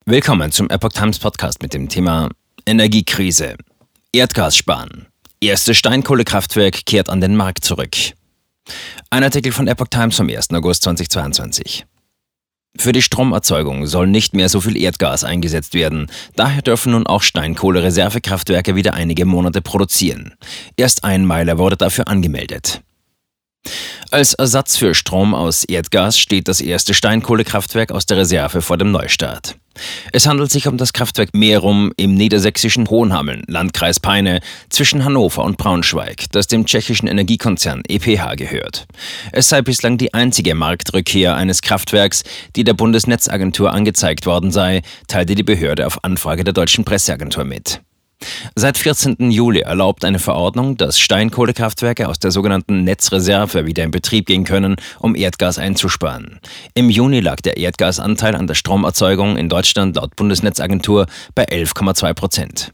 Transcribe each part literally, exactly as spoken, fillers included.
Willkommen zum Epoch Times Podcast mit dem Thema Energiekrise. Erdgas sparen. Erstes Steinkohlekraftwerk kehrt an den Markt zurück. Ein Artikel von Epoch Times vom ersten August zweitausendzweiundzwanzig. Für die Stromerzeugung soll nicht mehr so viel Erdgas eingesetzt werden. Daher dürfen nun auch Steinkohle-Reservekraftwerke wieder einige Monate produzieren. Erst ein Meiler wurde dafür angemeldet. Als Ersatz für Strom aus Erdgas steht das erste Steinkohlekraftwerk aus der Reserve vor dem Neustart. Es handelt sich um das Kraftwerk Merum im niedersächsischen Hohenhameln, Landkreis Peine, zwischen Hannover und Braunschweig, das dem tschechischen Energiekonzern E P H gehört. Es sei bislang die einzige Marktrückkehr eines Kraftwerks, die der Bundesnetzagentur angezeigt worden sei, teilte die Behörde auf Anfrage der deutschen Presseagentur mit. Seit vierzehnten Juli erlaubt eine Verordnung, dass Steinkohlekraftwerke aus der sogenannten Netzreserve wieder in Betrieb gehen können, um Erdgas einzusparen. Im Juni lag der Erdgasanteil an der Stromerzeugung in Deutschland laut Bundesnetzagentur bei elf Komma zwei Prozent.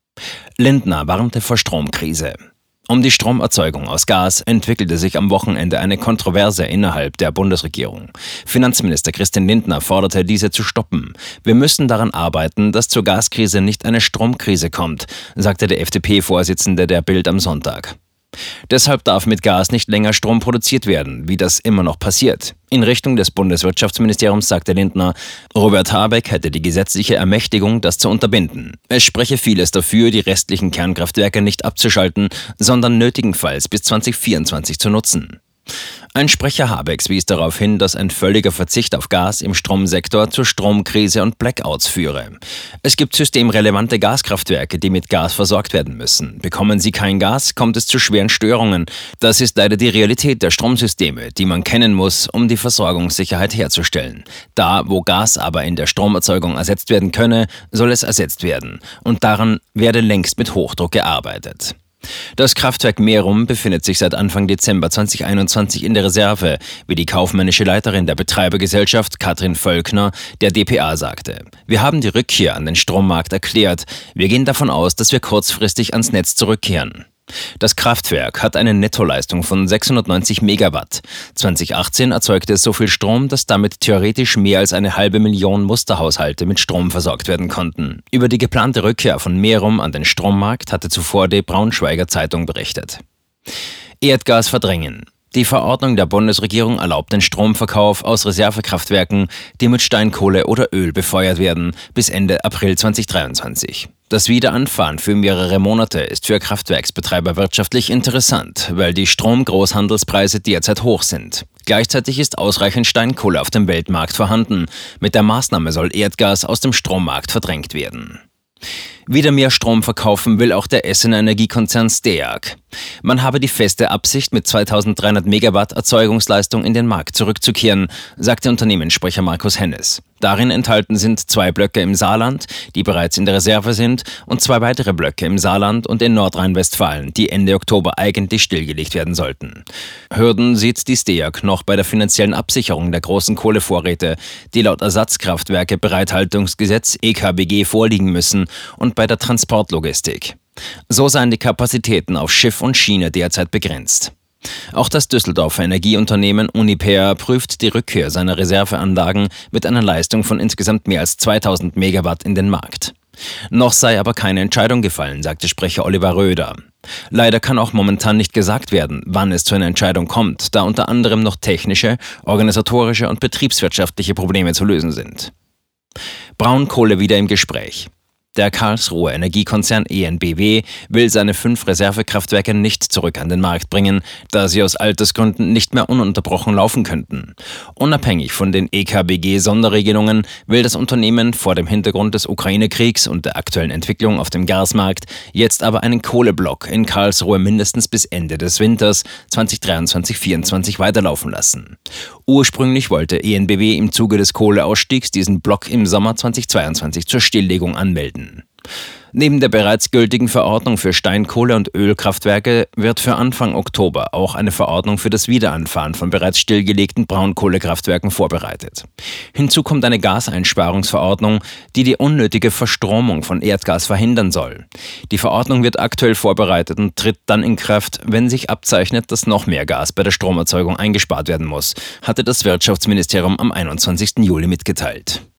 Lindner warnte vor Stromkrise. Um die Stromerzeugung aus Gas entwickelte sich am Wochenende eine Kontroverse innerhalb der Bundesregierung. Finanzminister Christian Lindner forderte, diese zu stoppen. Wir müssen daran arbeiten, dass zur Gaskrise nicht eine Stromkrise kommt, sagte der F D P-Vorsitzende der Bild am Sonntag. Deshalb darf mit Gas nicht länger Strom produziert werden, wie das immer noch passiert. In Richtung des Bundeswirtschaftsministeriums sagte Lindner, Robert Habeck hätte die gesetzliche Ermächtigung, das zu unterbinden. Es spreche vieles dafür, die restlichen Kernkraftwerke nicht abzuschalten, sondern nötigenfalls bis zweitausendvierundzwanzig zu nutzen. Ein Sprecher Habecks wies darauf hin, dass ein völliger Verzicht auf Gas im Stromsektor zur Stromkrise und Blackouts führe. Es gibt systemrelevante Gaskraftwerke, die mit Gas versorgt werden müssen. Bekommen sie kein Gas, kommt es zu schweren Störungen. Das ist leider die Realität der Stromsysteme, die man kennen muss, um die Versorgungssicherheit herzustellen. Da, wo Gas aber in der Stromerzeugung ersetzt werden könne, soll es ersetzt werden. Und daran werde längst mit Hochdruck gearbeitet. Das Kraftwerk Merum befindet sich seit Anfang Dezember zweitausendeinundzwanzig in der Reserve, wie die kaufmännische Leiterin der Betreibergesellschaft Katrin Völkner der d p a sagte. Wir haben die Rückkehr an den Strommarkt erklärt. Wir gehen davon aus, dass wir kurzfristig ans Netz zurückkehren. Das Kraftwerk hat eine Nettoleistung von sechshundertneunzig Megawatt. zweitausendachtzehn erzeugte es so viel Strom, dass damit theoretisch mehr als eine halbe Million Musterhaushalte mit Strom versorgt werden konnten. Über die geplante Rückkehr von Merum an den Strommarkt hatte zuvor die Braunschweiger Zeitung berichtet. Erdgas verdrängen. Die Verordnung der Bundesregierung erlaubt den Stromverkauf aus Reservekraftwerken, die mit Steinkohle oder Öl befeuert werden, bis Ende April zweitausenddreiundzwanzig. Das Wiederanfahren für mehrere Monate ist für Kraftwerksbetreiber wirtschaftlich interessant, weil die Stromgroßhandelspreise derzeit hoch sind. Gleichzeitig ist ausreichend Steinkohle auf dem Weltmarkt vorhanden. Mit der Maßnahme soll Erdgas aus dem Strommarkt verdrängt werden. Wieder mehr Strom verkaufen will auch der Essener Energiekonzern Steag. Man habe die feste Absicht, mit zweitausenddreihundert Megawatt Erzeugungsleistung in den Markt zurückzukehren, sagte Unternehmenssprecher Markus Hennes. Darin enthalten sind zwei Blöcke im Saarland, die bereits in der Reserve sind, und zwei weitere Blöcke im Saarland und in Nordrhein-Westfalen, die Ende Oktober eigentlich stillgelegt werden sollten. Hürden sieht die Steag noch bei der finanziellen Absicherung der großen Kohlevorräte, die laut Ersatzkraftwerke-Bereithaltungsgesetz E K B G vorliegen müssen, und bei der Transportlogistik. So seien die Kapazitäten auf Schiff und Schiene derzeit begrenzt. Auch das Düsseldorfer Energieunternehmen Uniper prüft die Rückkehr seiner Reserveanlagen mit einer Leistung von insgesamt mehr als zweitausend Megawatt in den Markt. Noch sei aber keine Entscheidung gefallen, sagte Sprecher Oliver Röder. Leider kann auch momentan nicht gesagt werden, wann es zu einer Entscheidung kommt, da unter anderem noch technische, organisatorische und betriebswirtschaftliche Probleme zu lösen sind. Braunkohle wieder im Gespräch. Der Karlsruher Energiekonzern E N B W will seine fünf Reservekraftwerke nicht zurück an den Markt bringen, da sie aus Altersgründen nicht mehr ununterbrochen laufen könnten. Unabhängig von den E K B G-Sonderregelungen will das Unternehmen vor dem Hintergrund des Ukraine-Kriegs und der aktuellen Entwicklung auf dem Gasmarkt jetzt aber einen Kohleblock in Karlsruhe mindestens bis Ende des Winters zweitausenddreiundzwanzig vierundzwanzig weiterlaufen lassen. Ursprünglich wollte E N B W im Zuge des Kohleausstiegs diesen Block im Sommer zweitausendzweiundzwanzig zur Stilllegung anmelden. Neben der bereits gültigen Verordnung für Steinkohle- und Ölkraftwerke wird für Anfang Oktober auch eine Verordnung für das Wiederanfahren von bereits stillgelegten Braunkohlekraftwerken vorbereitet. Hinzu kommt eine Gaseinsparungsverordnung, die die unnötige Verstromung von Erdgas verhindern soll. Die Verordnung wird aktuell vorbereitet und tritt dann in Kraft, wenn sich abzeichnet, dass noch mehr Gas bei der Stromerzeugung eingespart werden muss, hatte das Wirtschaftsministerium am einundzwanzigsten Juli mitgeteilt.